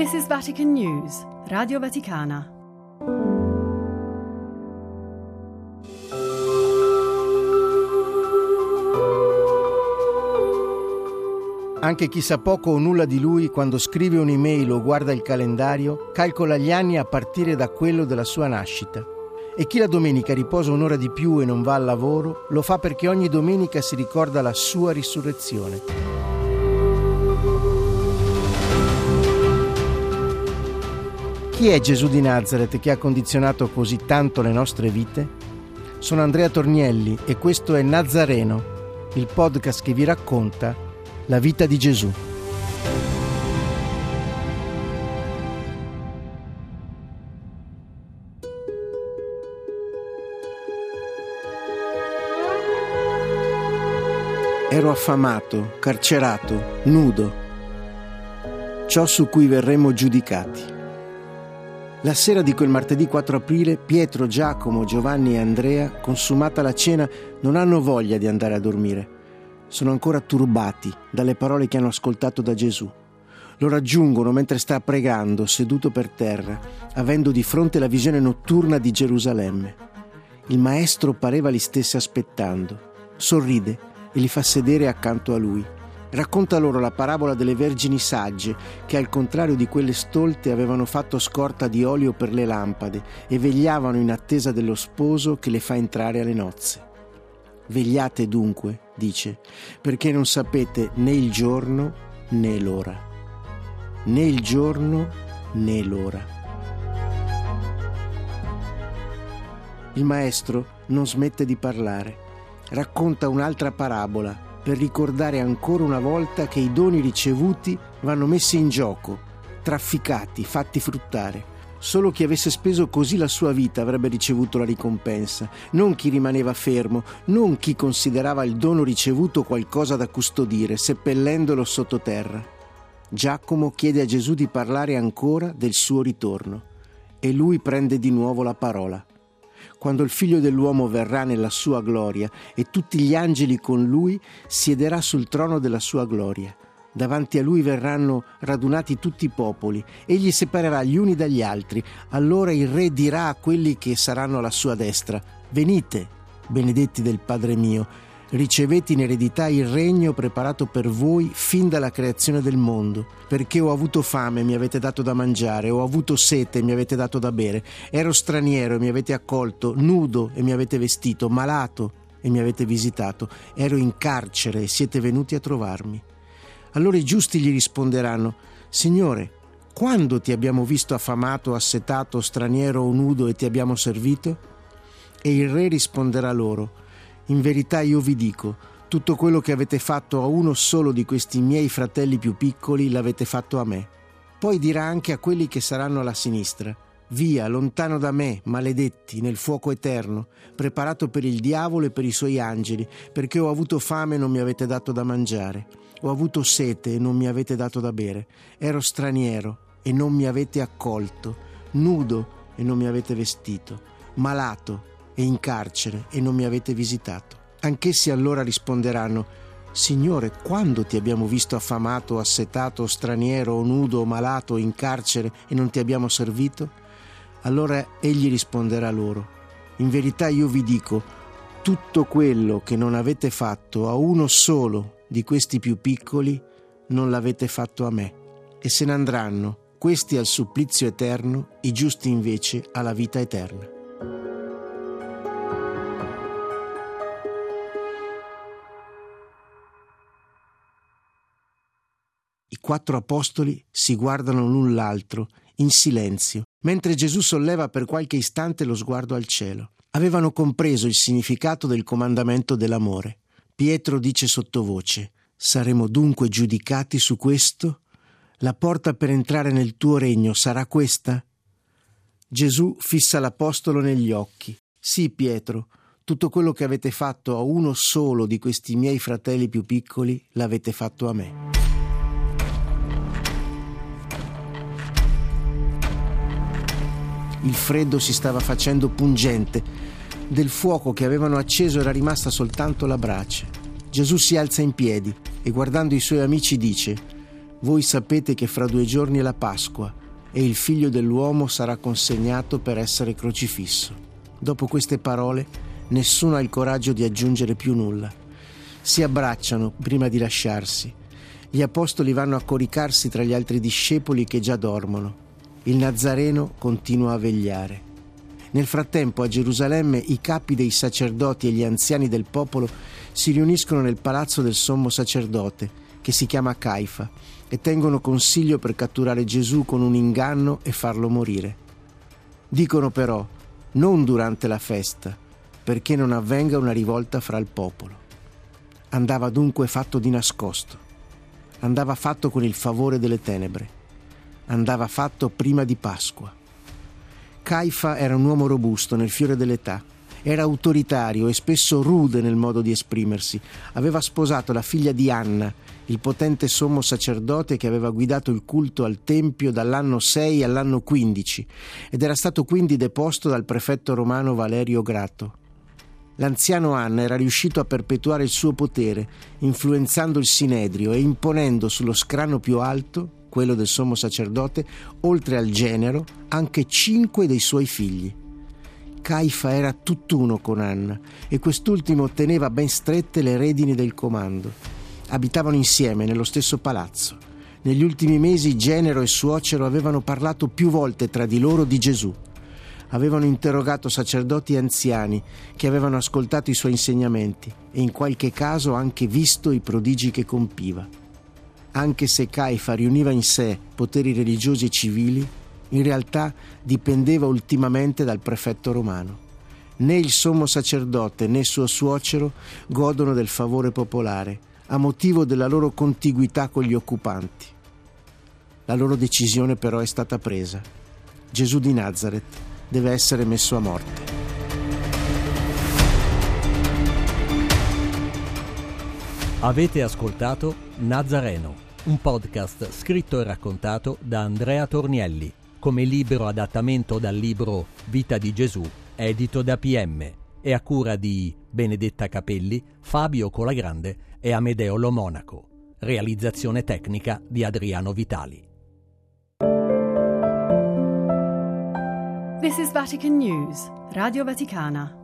This is Vatican News, Radio Vaticana. Anche chi sa poco o nulla di lui, quando scrive un'email o guarda il calendario, calcola gli anni a partire da quello della sua nascita. E chi la domenica riposa un'ora di più e non va al lavoro, lo fa perché ogni domenica si ricorda la sua risurrezione. Chi è Gesù di Nazareth che ha condizionato così tanto le nostre vite? Sono Andrea Tornielli e questo è Nazareno, il podcast che vi racconta la vita di Gesù. Ero affamato, carcerato, nudo, ciò su cui verremo giudicati. La sera di quel martedì 4 aprile, Pietro, Giacomo, Giovanni e Andrea, consumata la cena, non hanno voglia di andare a dormire. Sono ancora turbati dalle parole che hanno ascoltato da Gesù. Lo raggiungono mentre sta pregando, seduto per terra, avendo di fronte la visione notturna di Gerusalemme. Il maestro pareva li stesse aspettando. Sorride e li fa sedere accanto a lui. Racconta loro la parabola delle vergini sagge che, al contrario di quelle stolte, avevano fatto scorta di olio per le lampade e vegliavano in attesa dello sposo che le fa entrare alle nozze. Vegliate dunque, dice, perché non sapete né il giorno né l'ora. Né il giorno né l'ora. Il maestro non smette di parlare. Racconta un'altra parabola per ricordare ancora una volta che i doni ricevuti vanno messi in gioco, trafficati, fatti fruttare. Solo chi avesse speso così la sua vita avrebbe ricevuto la ricompensa, non chi rimaneva fermo, non chi considerava il dono ricevuto qualcosa da custodire, seppellendolo sottoterra. Giacomo chiede a Gesù di parlare ancora del suo ritorno e lui prende di nuovo la parola. Quando il Figlio dell'uomo verrà nella sua gloria e tutti gli angeli con lui, siederà sul trono della sua gloria. Davanti a lui verranno radunati tutti i popoli, egli separerà gli uni dagli altri. Allora il Re dirà a quelli che saranno alla sua destra: venite, benedetti del Padre mio, ricevete in eredità il regno preparato per voi fin dalla creazione del mondo, perché ho avuto fame e mi avete dato da mangiare, ho avuto sete e mi avete dato da bere, ero straniero e mi avete accolto, nudo e mi avete vestito, malato e mi avete visitato, ero in carcere e siete venuti a trovarmi. Allora i giusti gli risponderanno: Signore, quando ti abbiamo visto affamato, assetato, straniero o nudo e ti abbiamo servito? E il Re risponderà loro: in verità io vi dico, tutto quello che avete fatto a uno solo di questi miei fratelli più piccoli l'avete fatto a me. Poi dirà anche a quelli che saranno alla sinistra: via, lontano da me, maledetti, nel fuoco eterno, preparato per il diavolo e per i suoi angeli, perché ho avuto fame e non mi avete dato da mangiare, ho avuto sete e non mi avete dato da bere, ero straniero e non mi avete accolto, nudo e non mi avete vestito, malato e in carcere e non mi avete visitato. Anch'essi allora risponderanno: Signore, quando ti abbiamo visto affamato, assetato, straniero o nudo o malato o in carcere e non ti abbiamo servito? Allora egli risponderà loro: in verità io vi dico, tutto quello che non avete fatto a uno solo di questi più piccoli non l'avete fatto a me. E se ne andranno, questi al supplizio eterno, i giusti invece alla vita eterna. I 4 apostoli si guardano l'un l'altro, in silenzio, mentre Gesù solleva per qualche istante lo sguardo al cielo. Avevano compreso il significato del comandamento dell'amore. Pietro dice sottovoce: saremo dunque giudicati su questo? La porta per entrare nel tuo regno sarà questa? Gesù fissa l'apostolo negli occhi. Sì, Pietro, tutto quello che avete fatto a uno solo di questi miei fratelli più piccoli l'avete fatto a me. Il freddo si stava facendo pungente. Del fuoco che avevano acceso era rimasta soltanto la brace. Gesù si alza in piedi e, guardando i suoi amici, dice: voi sapete che fra 2 giorni è la Pasqua e il Figlio dell'uomo sarà consegnato per essere crocifisso. Dopo queste parole, nessuno ha il coraggio di aggiungere più nulla. Si abbracciano prima di lasciarsi. Gli apostoli vanno a coricarsi tra gli altri discepoli che già dormono. Il Nazareno continua a vegliare. Nel frattempo a Gerusalemme i capi dei sacerdoti e gli anziani del popolo si riuniscono nel palazzo del sommo sacerdote, che si chiama Caifa, e tengono consiglio per catturare Gesù con un inganno e farlo morire. Dicono però, non durante la festa, perché non avvenga una rivolta fra il popolo. Andava dunque fatto di nascosto. Andava fatto con il favore delle tenebre. Andava fatto prima di Pasqua. Caifa era un uomo robusto nel fiore dell'età. Era autoritario e spesso rude nel modo di esprimersi. Aveva sposato la figlia di Anna, il potente sommo sacerdote che aveva guidato il culto al Tempio dall'anno 6 all'anno 15 ed era stato quindi deposto dal prefetto romano Valerio Grato. L'anziano Anna era riuscito a perpetuare il suo potere, influenzando il Sinedrio e imponendo sullo scranno più alto, quello del sommo sacerdote, oltre al genero, anche 5 dei suoi figli. Caifa era tutt'uno con Anna e quest'ultimo teneva ben strette le redini del comando. Abitavano insieme nello stesso palazzo. Negli ultimi mesi genero e suocero avevano parlato più volte tra di loro di Gesù. Avevano interrogato sacerdoti anziani che avevano ascoltato i suoi insegnamenti e in qualche caso anche visto i prodigi che compiva. Anche se Caifa riuniva in sé poteri religiosi e civili, in realtà dipendeva ultimamente dal prefetto romano. Né il sommo sacerdote né suo suocero godono del favore popolare, a motivo della loro contiguità con gli occupanti. La loro decisione però è stata presa. Gesù di Nazaret deve essere messo a morte. Avete ascoltato Nazareno, un podcast scritto e raccontato da Andrea Tornielli, come libero adattamento dal libro Vita di Gesù, edito da PM, e a cura di Benedetta Capelli, Fabio Colagrande e Amedeo Lo Monaco. Realizzazione tecnica di Adriano Vitali. This is Vatican News, Radio Vaticana.